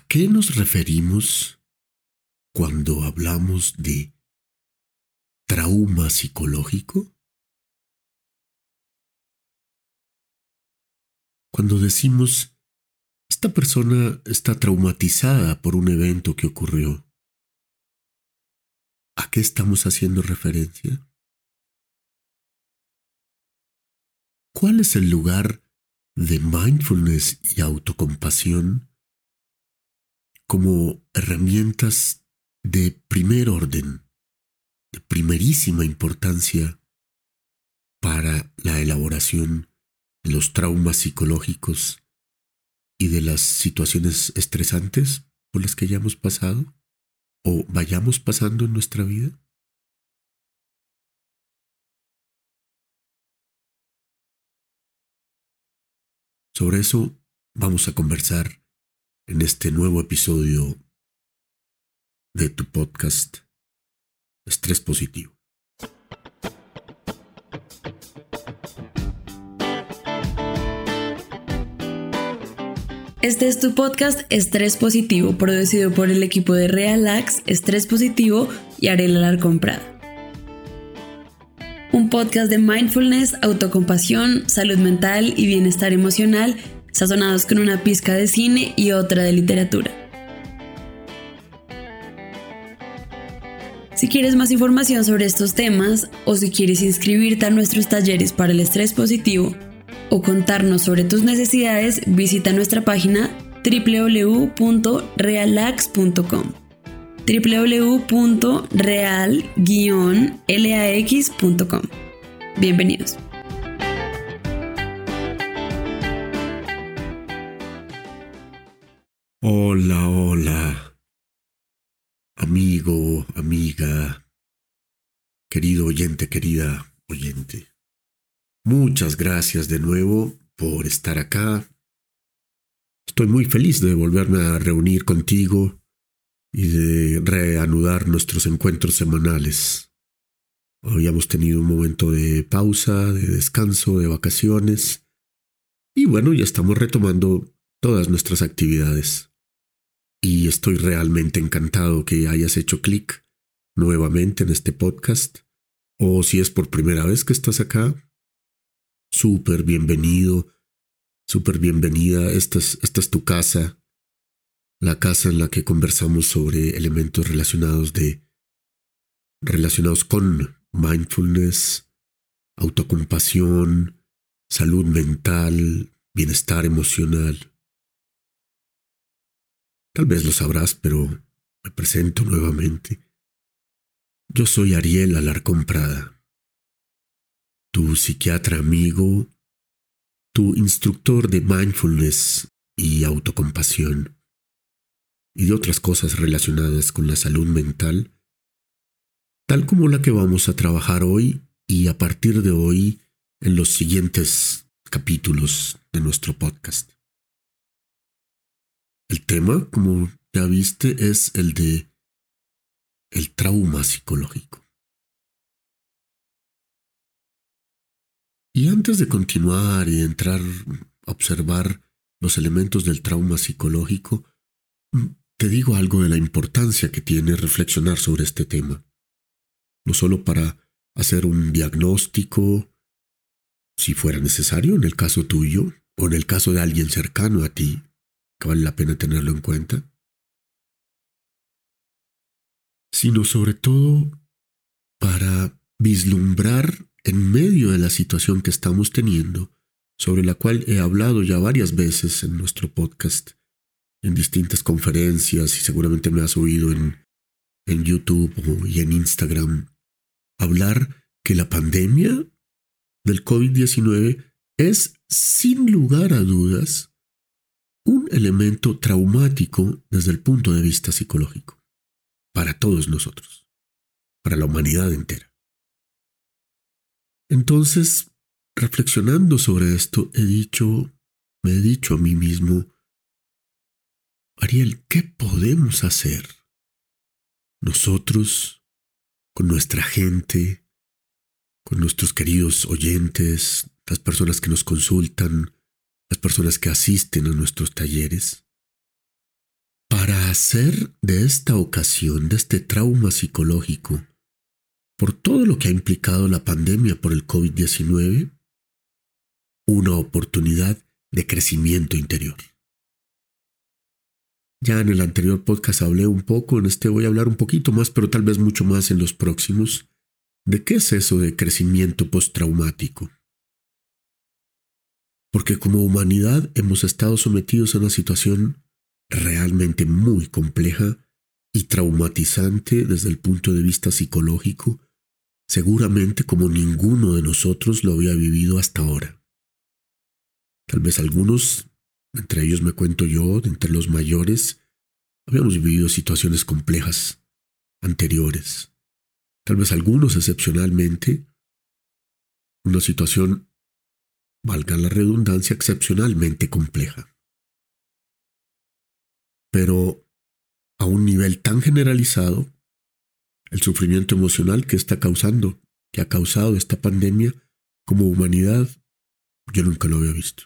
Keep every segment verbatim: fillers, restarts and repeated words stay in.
qué nos referimos cuando hablamos de trauma psicológico? Cuando decimos, esta persona está traumatizada por un evento que ocurrió, ¿a qué estamos haciendo referencia? ¿Cuál es el lugar de mindfulness y autocompasión como herramientas de primer orden, de primerísima importancia para la elaboración de los traumas psicológicos y de las situaciones estresantes por las que hayamos pasado o vayamos pasando en nuestra vida? Sobre eso vamos a conversar en este nuevo episodio de tu podcast Estrés Positivo. Este es tu podcast Estrés Positivo, producido por el equipo de Relax, Estrés Positivo y Ariel Alarcón Prado. Un podcast de mindfulness, autocompasión, salud mental y bienestar emocional, sazonados con una pizca de cine y otra de literatura. Si quieres más información sobre estos temas o si quieres inscribirte a nuestros talleres para el estrés positivo o contarnos sobre tus necesidades, visita nuestra página doble u doble u doble u punto relax punto com doble u doble u doble u punto real guion lax punto com. Bienvenidos. Hola, hola, amigo, amiga, querido oyente, querida oyente. Muchas gracias de nuevo por estar acá. Estoy muy feliz de volverme a reunir contigo y de reanudar nuestros encuentros semanales. Habíamos tenido un momento de pausa, de descanso, de vacaciones y bueno, ya estamos retomando todas nuestras actividades. Y estoy realmente encantado que hayas hecho clic nuevamente en este podcast, o si es por primera vez que estás acá, súper bienvenido, súper bienvenida. Esta es, esta es tu casa, la casa en la que conversamos sobre elementos relacionados de relacionados con mindfulness, autocompasión, salud mental, bienestar emocional. Tal vez lo sabrás, pero me presento nuevamente. Yo soy Ariel Alarcón Prado, tu psiquiatra amigo, tu instructor de mindfulness y autocompasión y de otras cosas relacionadas con la salud mental, tal como la que vamos a trabajar hoy y a partir de hoy en los siguientes capítulos de nuestro podcast. El tema, como ya viste, es el de el trauma psicológico. Y antes de continuar y entrar a observar los elementos del trauma psicológico, te digo algo de la importancia que tiene reflexionar sobre este tema. No solo para hacer un diagnóstico, si fuera necesario, en el caso tuyo, o en el caso de alguien cercano a ti, que vale la pena tenerlo en cuenta, sino sobre todo para vislumbrar en medio de la situación que estamos teniendo, sobre la cual he hablado ya varias veces en nuestro podcast, en distintas conferencias y seguramente me has oído en, en YouTube y en Instagram, hablar que la pandemia del covid diecinueve es, sin lugar a dudas, un elemento traumático desde el punto de vista psicológico, para todos nosotros, para la humanidad entera. Entonces, reflexionando sobre esto, he dicho, me he dicho a mí mismo, Ariel, ¿qué podemos hacer nosotros, con nuestra gente, con nuestros queridos oyentes, las personas que nos consultan, las personas que asisten a nuestros talleres, para para hacer de esta ocasión, de este trauma psicológico, por todo lo que ha implicado la pandemia por el COVID diecinueve, una oportunidad de crecimiento interior. Ya en el anterior podcast hablé un poco, en este voy a hablar un poquito más, pero tal vez mucho más en los próximos, de qué es eso de crecimiento postraumático. Porque como humanidad hemos estado sometidos a una situación realmente muy compleja y traumatizante desde el punto de vista psicológico, seguramente como ninguno de nosotros lo había vivido hasta ahora. Tal vez algunos, entre ellos me cuento yo, de entre los mayores, habíamos vivido situaciones complejas anteriores. Tal vez algunos excepcionalmente, una situación, valga la redundancia, excepcionalmente compleja. Pero a un nivel tan generalizado, el sufrimiento emocional que está causando, que ha causado esta pandemia como humanidad, yo nunca lo había visto.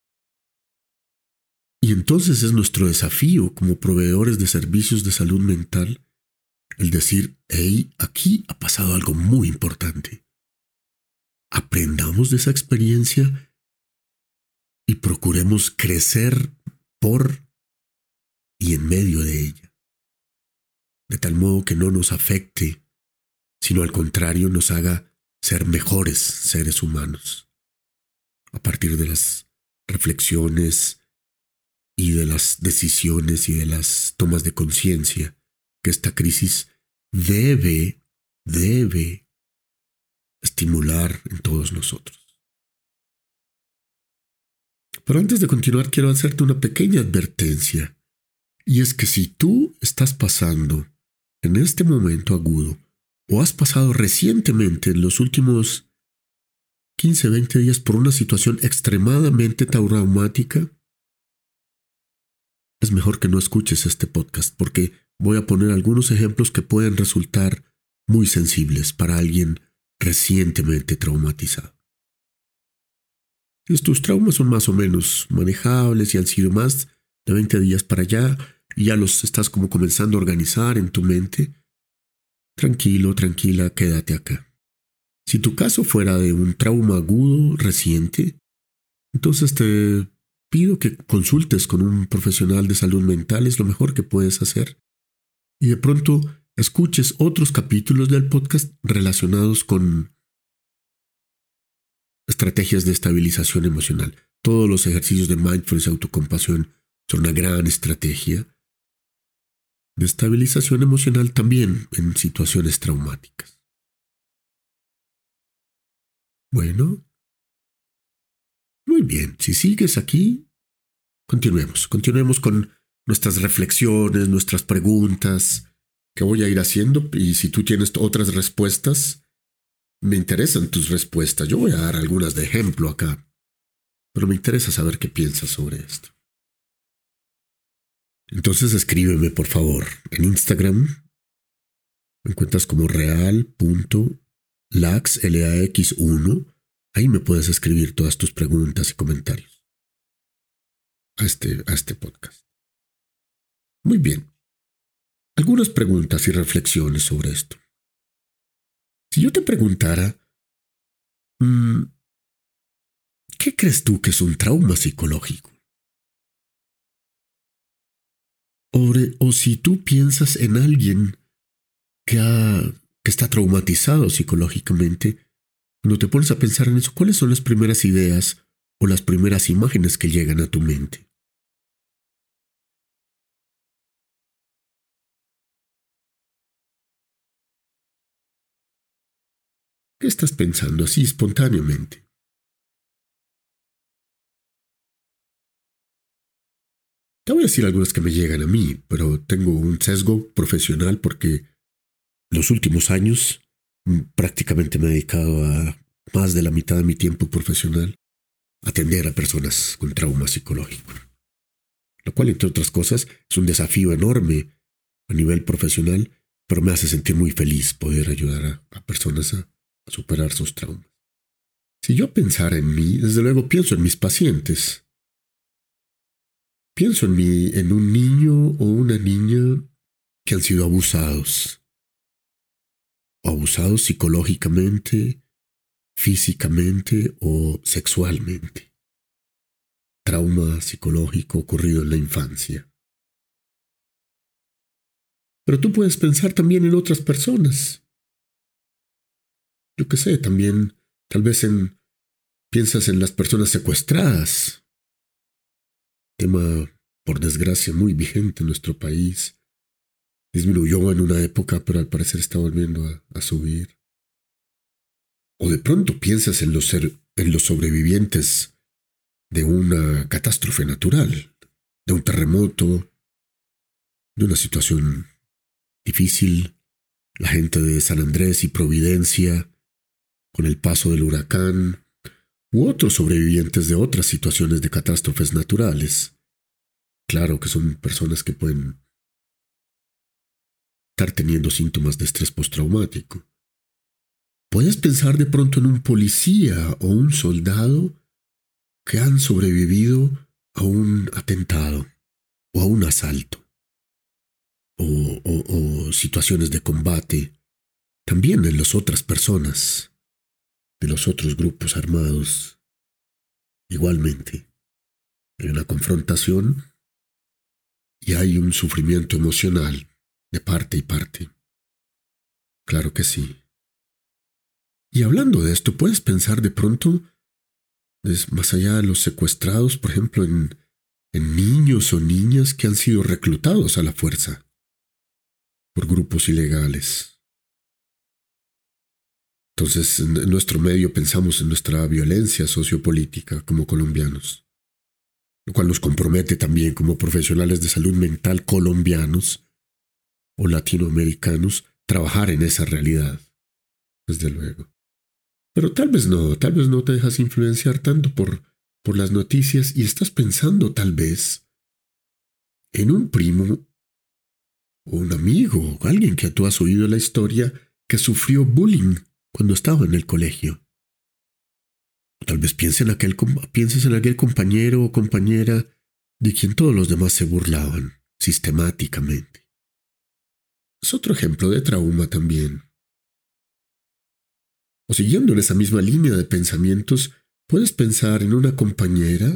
Y entonces es nuestro desafío como proveedores de servicios de salud mental el decir, hey, aquí ha pasado algo muy importante. Aprendamos de esa experiencia y procuremos crecer por y en medio de ella, de tal modo que no nos afecte, sino al contrario nos haga ser mejores seres humanos, a partir de las reflexiones y de las decisiones y de las tomas de conciencia que esta crisis debe, debe estimular en todos nosotros. Pero antes de continuar quiero hacerte una pequeña advertencia, y es que si tú estás pasando en este momento agudo o has pasado recientemente en los últimos quince a veinte días por una situación extremadamente traumática, es mejor que no escuches este podcast porque voy a poner algunos ejemplos que pueden resultar muy sensibles para alguien recientemente traumatizado. Estos traumas son más o menos manejables y han sido más de veinte días para allá y ya los estás como comenzando a organizar en tu mente. Tranquilo, tranquila, quédate acá. Si tu caso fuera de un trauma agudo reciente, entonces te pido que consultes con un profesional de salud mental, es lo mejor que puedes hacer. Y de pronto escuches otros capítulos del podcast relacionados con estrategias de estabilización emocional. Todos los ejercicios de mindfulness y autocompasión son una gran estrategia de estabilización emocional también en situaciones traumáticas. Bueno, muy bien, si sigues aquí, continuemos, continuemos con nuestras reflexiones, nuestras preguntas que voy a ir haciendo, y si tú tienes otras respuestas, me interesan tus respuestas. Yo voy a dar algunas de ejemplo acá, pero me interesa saber qué piensas sobre esto. Entonces escríbeme por favor en Instagram, me encuentras como real punto lax uno, ahí me puedes escribir todas tus preguntas y comentarios a este, a este podcast. Muy bien, algunas preguntas y reflexiones sobre esto. Si yo te preguntara, ¿qué crees tú que es un trauma psicológico? O, o si tú piensas en alguien que, ha, que está traumatizado psicológicamente, cuando te pones a pensar en eso, ¿cuáles son las primeras ideas o las primeras imágenes que llegan a tu mente? ¿Qué estás pensando así espontáneamente? Te voy a decir algunas que me llegan a mí, pero tengo un sesgo profesional porque los últimos años prácticamente me he dedicado a más de la mitad de mi tiempo profesional a atender a personas con trauma psicológico. Lo cual, entre otras cosas, es un desafío enorme a nivel profesional, pero me hace sentir muy feliz poder ayudar a, a personas a, a superar sus traumas. Si yo pensara en mí, desde luego pienso en mis pacientes. pienso en, mi, en un niño o una niña que han sido abusados. O abusados psicológicamente, físicamente o sexualmente. Trauma psicológico ocurrido en la infancia. Pero tú puedes pensar también en otras personas. Yo qué sé, también tal vez en piensas en las personas secuestradas. Tema, por desgracia, muy vigente en nuestro país. Disminuyó en una época, pero al parecer está volviendo a, a subir. O de pronto piensas en los, ser, en los sobrevivientes de una catástrofe natural, de un terremoto, de una situación difícil. La gente de San Andrés y Providencia, con el paso del huracán, u otros sobrevivientes de otras situaciones de catástrofes naturales. Claro que son personas que pueden estar teniendo síntomas de estrés postraumático. Puedes pensar de pronto en un policía o un soldado que han sobrevivido a un atentado o a un asalto o, o, o situaciones de combate, también en las otras personas de los otros grupos armados. Igualmente, hay una confrontación y hay un sufrimiento emocional de parte y parte. Claro que sí. Y hablando de esto, puedes pensar de pronto, más allá de los secuestrados, por ejemplo, en, en niños o niñas que han sido reclutados a la fuerza por grupos ilegales. Entonces, en nuestro medio pensamos en nuestra violencia sociopolítica como colombianos, lo cual nos compromete también como profesionales de salud mental colombianos o latinoamericanos trabajar en esa realidad, desde luego. Pero tal vez no, tal vez no te dejas influenciar tanto por, por las noticias y estás pensando tal vez en un primo o un amigo o alguien que tú has oído la historia que sufrió bullying cuando estaba en el colegio. O tal vez pienses en aquel, pienses en aquel compañero o compañera de quien todos los demás se burlaban sistemáticamente. Es otro ejemplo de trauma también. O siguiendo en esa misma línea de pensamientos, puedes pensar en una compañera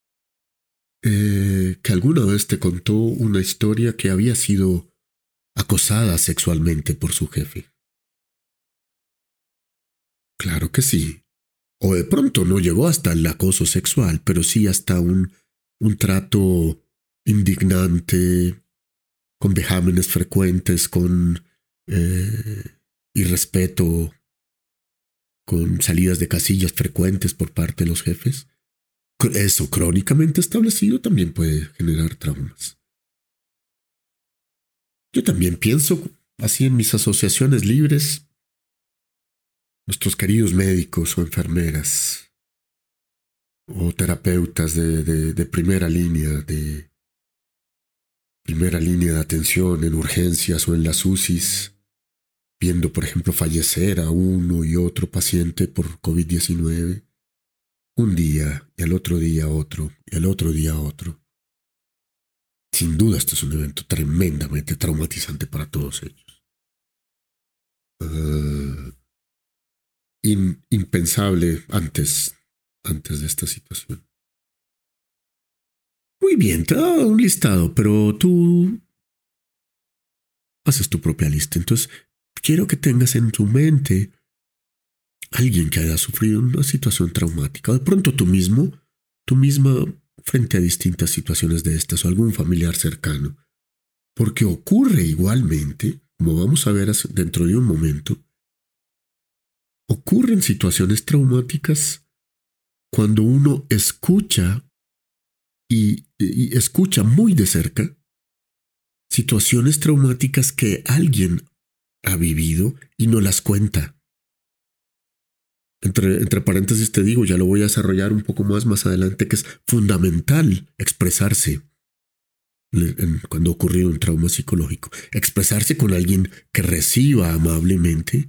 eh, que alguna vez te contó una historia que había sido acosada sexualmente por su jefe. Claro que sí. O de pronto no llegó hasta el acoso sexual, pero sí hasta un, un trato indignante, con vejámenes frecuentes, con eh, irrespeto, con salidas de casillas frecuentes por parte de los jefes. Eso crónicamente establecido también puede generar traumas. Yo también pienso así en mis asociaciones libres, nuestros queridos médicos o enfermeras o terapeutas de, de, de primera línea, de primera línea de atención en urgencias o en las U C Is, viendo, por ejemplo, fallecer a uno y otro paciente por COVID diecinueve, un día y al otro día otro y al otro día otro. Sin duda este es un evento tremendamente traumatizante para todos ellos. Uh, in, impensable antes, antes de esta situación. Muy bien, te he dado un listado, pero tú haces tu propia lista. Entonces, quiero que tengas en tu mente alguien que haya sufrido una situación traumática. O de pronto tú mismo, tú misma frente a distintas situaciones de estas o algún familiar cercano. Porque ocurre igualmente, como vamos a ver dentro de un momento, ocurren situaciones traumáticas cuando uno escucha y, y escucha muy de cerca situaciones traumáticas que alguien ha vivido y no las cuenta. Entre, entre paréntesis te digo, ya lo voy a desarrollar un poco más más adelante, que es fundamental expresarse en, cuando ocurre un trauma psicológico. Expresarse con alguien que reciba amablemente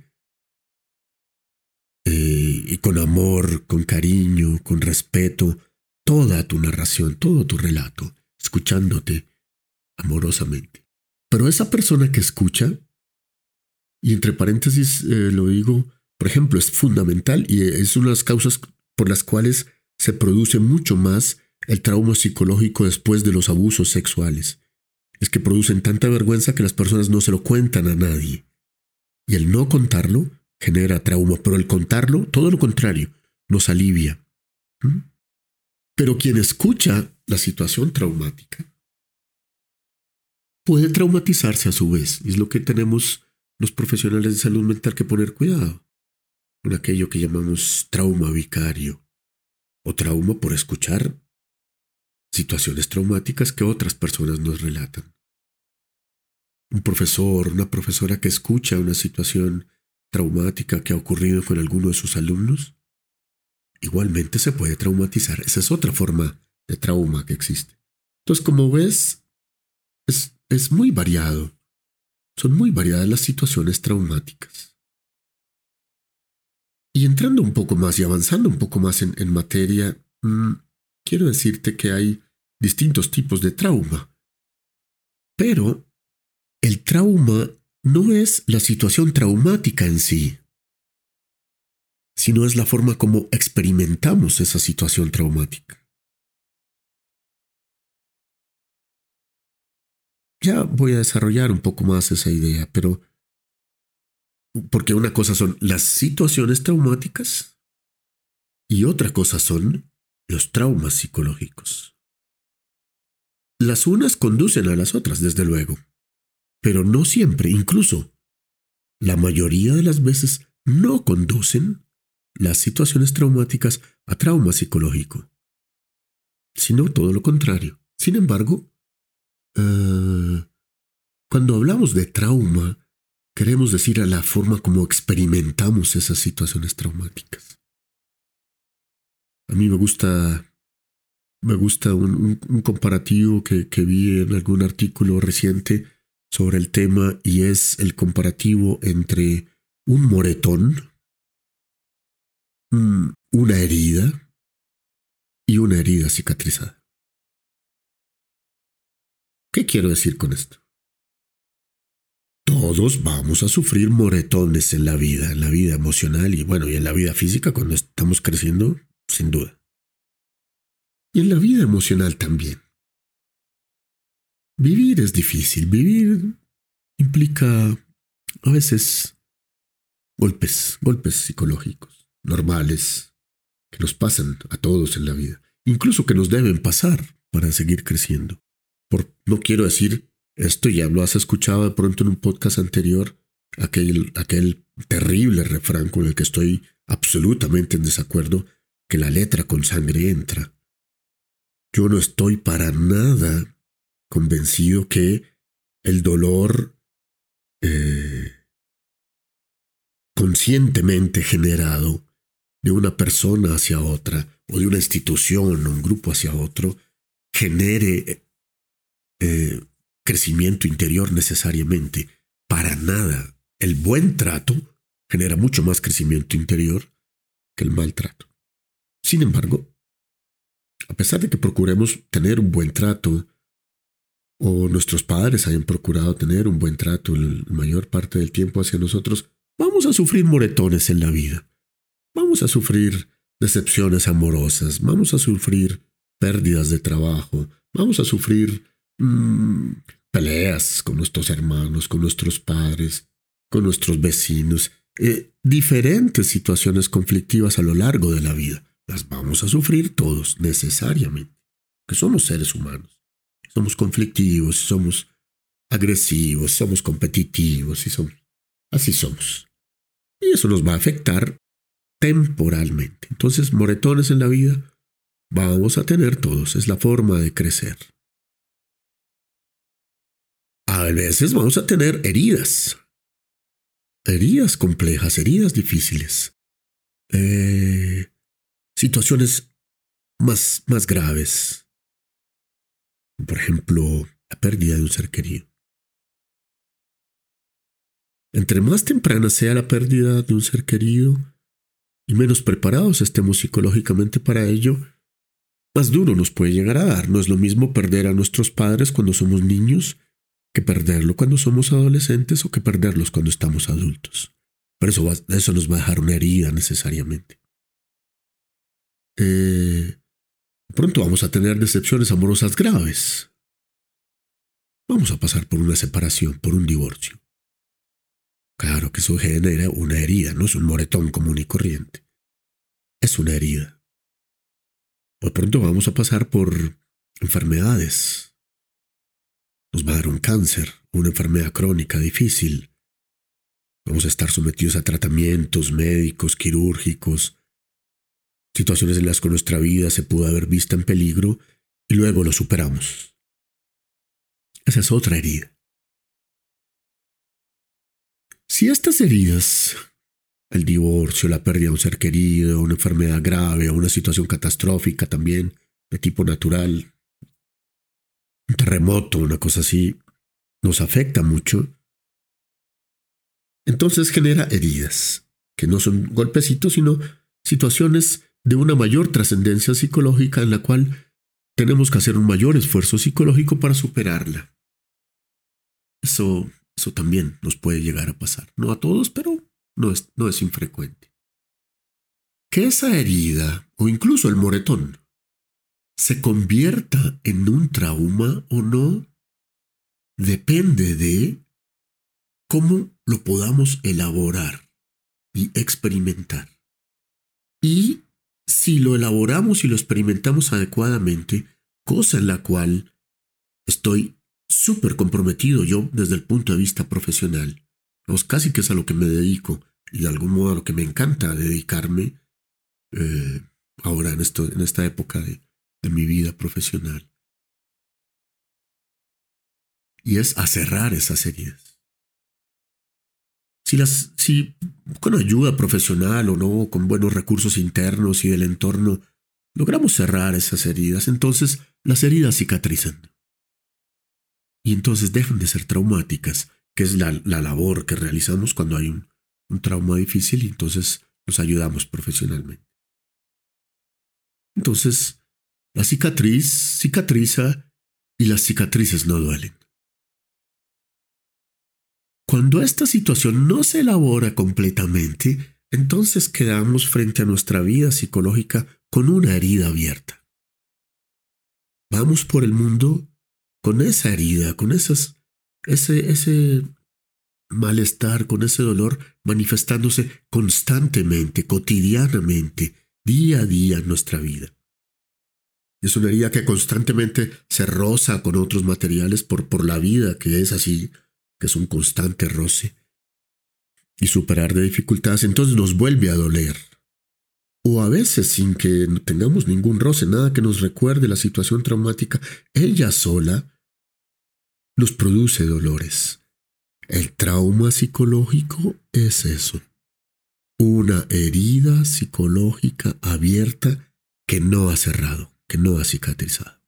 eh, y con amor, con cariño, con respeto, toda tu narración, todo tu relato. Es escuchándote amorosamente. Pero esa persona que escucha, y entre paréntesis eh, lo digo, por ejemplo, es fundamental y es una de las causas por las cuales se produce mucho más el trauma psicológico después de los abusos sexuales. Es que producen tanta vergüenza que las personas no se lo cuentan a nadie. Y el no contarlo genera trauma, pero el contarlo, todo lo contrario, nos alivia. ¿Mm? Pero quien escucha la situación traumática puede traumatizarse a su vez. Y es lo que tenemos los profesionales de salud mental que poner cuidado con aquello que llamamos trauma vicario o trauma por escuchar situaciones traumáticas que otras personas nos relatan. Un profesor, una profesora que escucha una situación traumática que ha ocurrido con alguno de sus alumnos, igualmente se puede traumatizar. Esa es otra forma de trauma que existe. Entonces, como ves, es, es muy variado. Son muy variadas las situaciones traumáticas. Y entrando un poco más y avanzando un poco más en, en materia, mmm, quiero decirte que hay distintos tipos de trauma. Pero el trauma no es la situación traumática en sí, sino es la forma como experimentamos esa situación traumática. Ya voy a desarrollar un poco más esa idea, pero porque una cosa son las situaciones traumáticas y otra cosa son los traumas psicológicos. Las unas conducen a las otras, desde luego, pero no siempre, incluso la mayoría de las veces no conducen las situaciones traumáticas a trauma psicológico, sino todo lo contrario. Sin embargo, uh, cuando hablamos de trauma, queremos decir a la forma como experimentamos esas situaciones traumáticas. A mí me gusta, me gusta un, un, un comparativo que, que vi en algún artículo reciente sobre el tema, y es el comparativo entre un moretón, una herida y una herida cicatrizada. ¿Qué quiero decir con esto? Todos vamos a sufrir moretones en la vida, en la vida emocional y bueno, y en la vida física cuando estamos creciendo, sin duda. Y en la vida emocional también. Vivir es difícil. Vivir implica a veces golpes, golpes psicológicos, normales, que nos pasan a todos en la vida, incluso que nos deben pasar para seguir creciendo. Por, no quiero decir, esto ya lo has escuchado de pronto en un podcast anterior, aquel, aquel terrible refrán con el que estoy absolutamente en desacuerdo, que la letra con sangre entra. Yo no estoy para nada convencido que el dolor eh, conscientemente generado de una persona hacia otra o de una institución o un grupo hacia otro genere eh, crecimiento interior necesariamente. Para nada. El buen trato genera mucho más crecimiento interior que el maltrato. Sin embargo, a pesar de que procuremos tener un buen trato, o nuestros padres hayan procurado tener un buen trato la mayor parte del tiempo hacia nosotros, vamos a sufrir moretones en la vida. Vamos a sufrir decepciones amorosas, vamos a sufrir pérdidas de trabajo, vamos a sufrir mmm, peleas con nuestros hermanos, con nuestros padres, con nuestros vecinos, eh, diferentes situaciones conflictivas a lo largo de la vida. Las vamos a sufrir todos necesariamente, que somos seres humanos. Somos conflictivos, somos agresivos, somos competitivos y somos, así somos. Y eso nos va a afectar temporalmente. Entonces, moretones en la vida vamos a tener todos. Es la forma de crecer. A veces vamos a tener heridas. Heridas complejas, heridas difíciles. Eh, situaciones más, más graves. Por ejemplo, la pérdida de un ser querido. Entre más temprana sea la pérdida de un ser querido y menos preparados estemos psicológicamente para ello, más duro nos puede llegar a dar. No es lo mismo perder a nuestros padres cuando somos niños que perderlo cuando somos adolescentes o que perderlos cuando estamos adultos. Pero eso, va, eso nos va a dejar una herida necesariamente. Eh, pronto vamos a tener decepciones amorosas graves. Vamos a pasar por una separación, por un divorcio. Claro que eso genera una herida, no es un moretón común y corriente. Es una herida. O pronto vamos a pasar por enfermedades. Nos va a dar un cáncer, una enfermedad crónica difícil. Vamos a estar sometidos a tratamientos médicos, quirúrgicos, situaciones en las que nuestra vida se pudo haber visto en peligro y luego lo superamos. Esa es otra herida. Si estas heridas, el divorcio, la pérdida de un ser querido, una enfermedad grave o una situación catastrófica también de tipo natural, un terremoto, una cosa así, nos afecta mucho, entonces genera heridas, que no son golpecitos, sino situaciones de una mayor trascendencia psicológica en la cual tenemos que hacer un mayor esfuerzo psicológico para superarla. Eso, eso también nos puede llegar a pasar. No a todos, pero no es, no es infrecuente. Que esa herida, o incluso el moretón, se convierta en un trauma o no, depende de cómo lo podamos elaborar y experimentar. Y si lo elaboramos y lo experimentamos adecuadamente, cosa en la cual estoy súper comprometido yo desde el punto de vista profesional, pues casi que es a lo que me dedico y de algún modo a lo que me encanta dedicarme eh, ahora en, esto, en esta época de, de mi vida profesional. Y es a cerrar esas heridas. Si, las, si con ayuda profesional o no, con buenos recursos internos y del entorno, logramos cerrar esas heridas, entonces las heridas cicatrizan. Y entonces dejan de ser traumáticas, que es la, la labor que realizamos cuando hay un, un trauma difícil y entonces nos ayudamos profesionalmente. Entonces, la cicatriz cicatriza y las cicatrices no duelen. Cuando esta situación no se elabora completamente, entonces quedamos frente a nuestra vida psicológica con una herida abierta. Vamos por el mundo con esa herida, con esas, ese, ese malestar, con ese dolor manifestándose constantemente, cotidianamente, día a día en nuestra vida. Es una herida que constantemente se roza con otros materiales por, por la vida, que es así, que es un constante roce. Y superar de dificultades entonces nos vuelve a doler. O a veces sin que tengamos ningún roce, nada que nos recuerde la situación traumática, ella sola nos produce dolores. El trauma psicológico es eso. Una herida psicológica abierta que no ha cerrado, que no ha cicatrizado.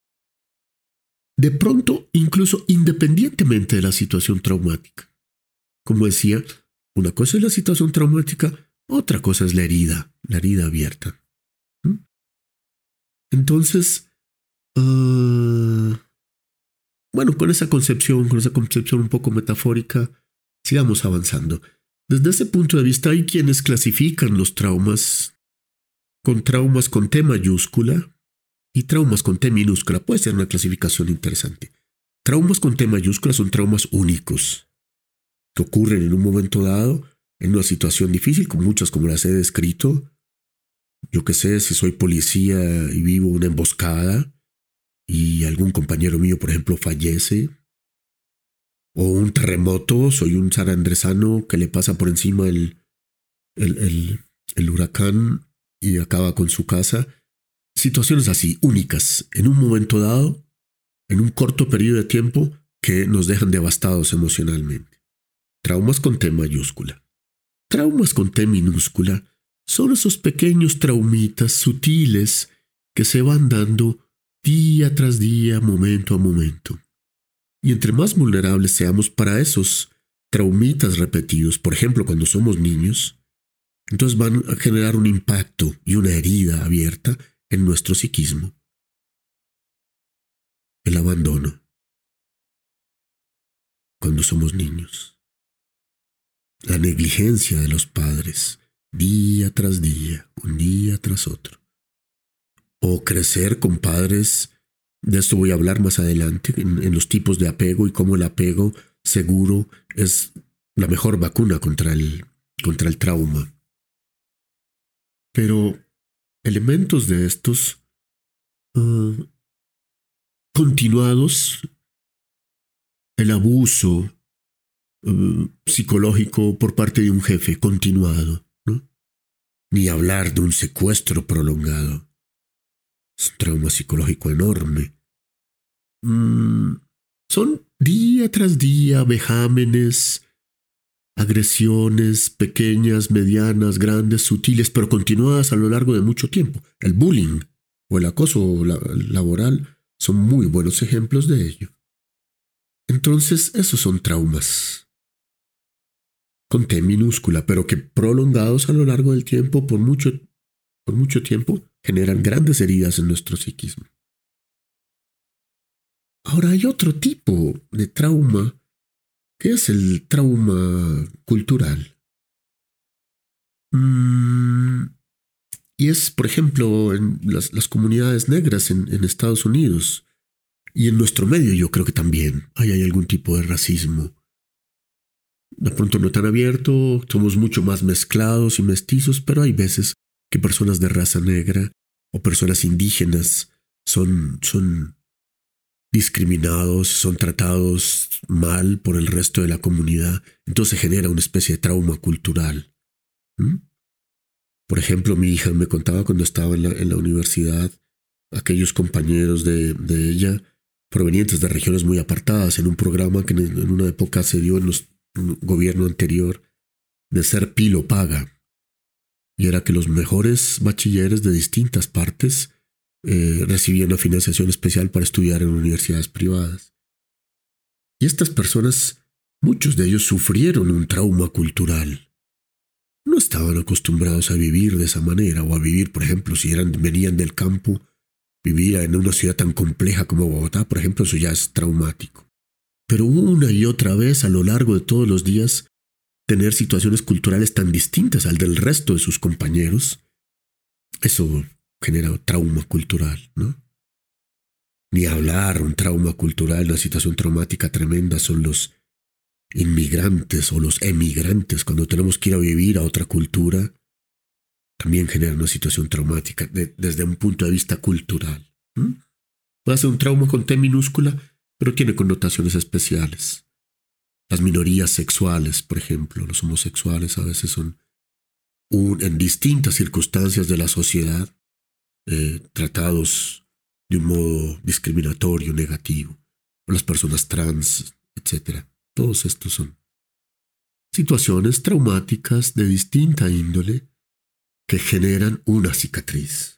De pronto, incluso independientemente de la situación traumática. Como decía, una cosa es la situación traumática, otra cosa es la herida, la herida abierta. ¿Mm? Entonces, uh, bueno, con esa concepción, con esa concepción un poco metafórica, sigamos avanzando. Desde ese punto de vista hay quienes clasifican los traumas con traumas con T mayúscula y traumas con T minúscula. Puede ser una clasificación interesante. Traumas con T mayúscula son traumas únicos que ocurren en un momento dado, en una situación difícil, con muchas como las he descrito. Yo qué sé, si soy policía y vivo una emboscada y algún compañero mío, por ejemplo, fallece, o un terremoto, soy un sarandresano que le pasa por encima el, el, el, el huracán y acaba con su casa. Situaciones así, únicas, en un momento dado, en un corto periodo de tiempo, que nos dejan devastados emocionalmente. Traumas con T mayúscula. Traumas con T minúscula son esos pequeños traumitas sutiles que se van dando día tras día, momento a momento. Y entre más vulnerables seamos para esos traumitas repetidos, por ejemplo, cuando somos niños, entonces van a generar un impacto y una herida abierta en nuestro psiquismo. el abandono cuando somos niños, la negligencia de los padres día tras día, un día tras otro, o crecer con padres. De esto voy a hablar más adelante, en, en los tipos de apego y cómo el apego seguro es la mejor vacuna contra el, contra el trauma. Pero elementos de estos uh, continuados, el abuso uh, psicológico por parte de un jefe continuado, ¿no? Ni hablar de un secuestro prolongado. Es un trauma psicológico enorme. Mm, son día tras día vejámenes, agresiones pequeñas, medianas, grandes, sutiles, pero continuadas a lo largo de mucho tiempo. El bullying o el acoso la- laboral son muy buenos ejemplos de ello. Entonces, esos son traumas con T minúscula, pero que prolongados a lo largo del tiempo, por mucho, por mucho tiempo, generan grandes heridas en nuestro psiquismo. Ahora hay otro tipo de trauma, que es el trauma cultural. Mm, y es, por ejemplo, en las, las comunidades negras en, en Estados Unidos y en nuestro medio yo creo que también hay, hay algún tipo de racismo. De pronto no tan abierto, somos mucho más mezclados y mestizos, pero hay veces que personas de raza negra o personas indígenas son, son discriminados, son tratados mal por el resto de la comunidad. Entonces genera una especie de trauma cultural. ¿Mm? Por ejemplo, mi hija me contaba cuando estaba en la, en la universidad, aquellos compañeros de, de ella provenientes de regiones muy apartadas, en un programa que en, en una época se dio en los en el gobierno anterior de ser pilo paga. Y era que los mejores bachilleres de distintas partes eh, recibían una financiación especial para estudiar en universidades privadas. Y estas personas, muchos de ellos sufrieron un trauma cultural. No estaban acostumbrados a vivir de esa manera, o a vivir, por ejemplo, si eran, venían del campo, vivir en una ciudad tan compleja como Bogotá, por ejemplo, eso ya es traumático. Pero una y otra vez, a lo largo de todos los días, tener situaciones culturales tan distintas al del resto de sus compañeros, eso genera trauma cultural, ¿no? Ni hablar, un trauma cultural, una situación traumática tremenda son los inmigrantes o los emigrantes, cuando tenemos que ir a vivir a otra cultura, también genera una situación traumática de, desde un punto de vista cultural. ¿Mm? Puede ser un trauma con T minúscula, pero tiene connotaciones especiales. Las minorías sexuales, por ejemplo, los homosexuales a veces son un, en distintas circunstancias de la sociedad eh, tratados de un modo discriminatorio, negativo. O las personas trans, etcétera. Todos estos son situaciones traumáticas de distinta índole que generan una cicatriz.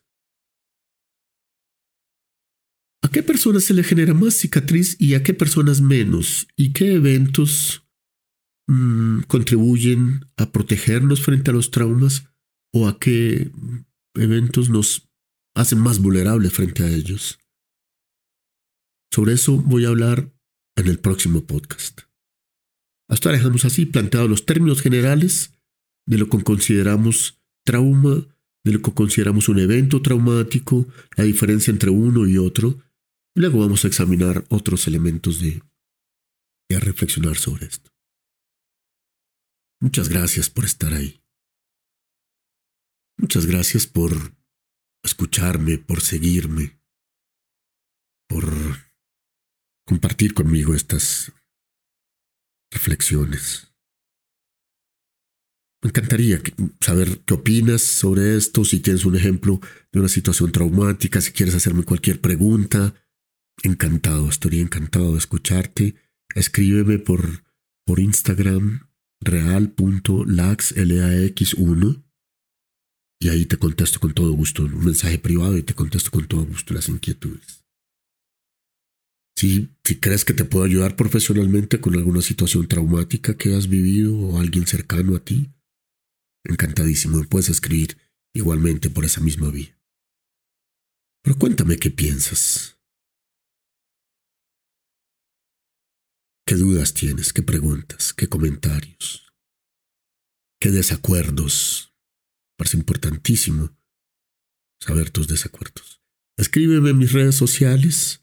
¿A qué personas se le genera más cicatriz y a qué personas menos? ¿Y qué eventos mmm, contribuyen a protegernos frente a los traumas o a qué eventos nos hacen más vulnerables frente a ellos? Sobre eso voy a hablar en el próximo podcast. Hasta ahora dejamos así planteados los términos generales de lo que consideramos trauma, de lo que consideramos un evento traumático, la diferencia entre uno y otro. Y luego vamos a examinar otros elementos de, y a reflexionar sobre esto. Muchas gracias por estar ahí. Muchas gracias por escucharme, por seguirme, por compartir conmigo estas reflexiones. Me encantaría saber qué opinas sobre esto, si tienes un ejemplo de una situación traumática, si quieres hacerme cualquier pregunta. Encantado, estaría encantado de escucharte. Escríbeme por, por Instagram, real punto lax uno, y ahí te contesto con todo gusto, un mensaje privado, y te contesto con todo gusto las inquietudes. Si, si crees que te puedo ayudar profesionalmente con alguna situación traumática que has vivido o alguien cercano a ti, encantadísimo, me puedes escribir igualmente por esa misma vía. Pero cuéntame qué piensas. ¿Qué dudas tienes? ¿Qué preguntas? ¿Qué comentarios? ¿Qué desacuerdos? Parece importantísimo saber tus desacuerdos. Escríbeme en mis redes sociales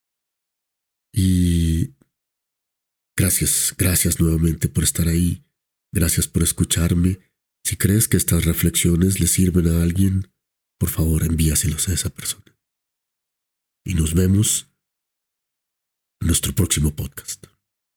y gracias, gracias nuevamente por estar ahí. Gracias por escucharme. Si crees que estas reflexiones le sirven a alguien, por favor envíaselos a esa persona. Y nos vemos en nuestro próximo podcast.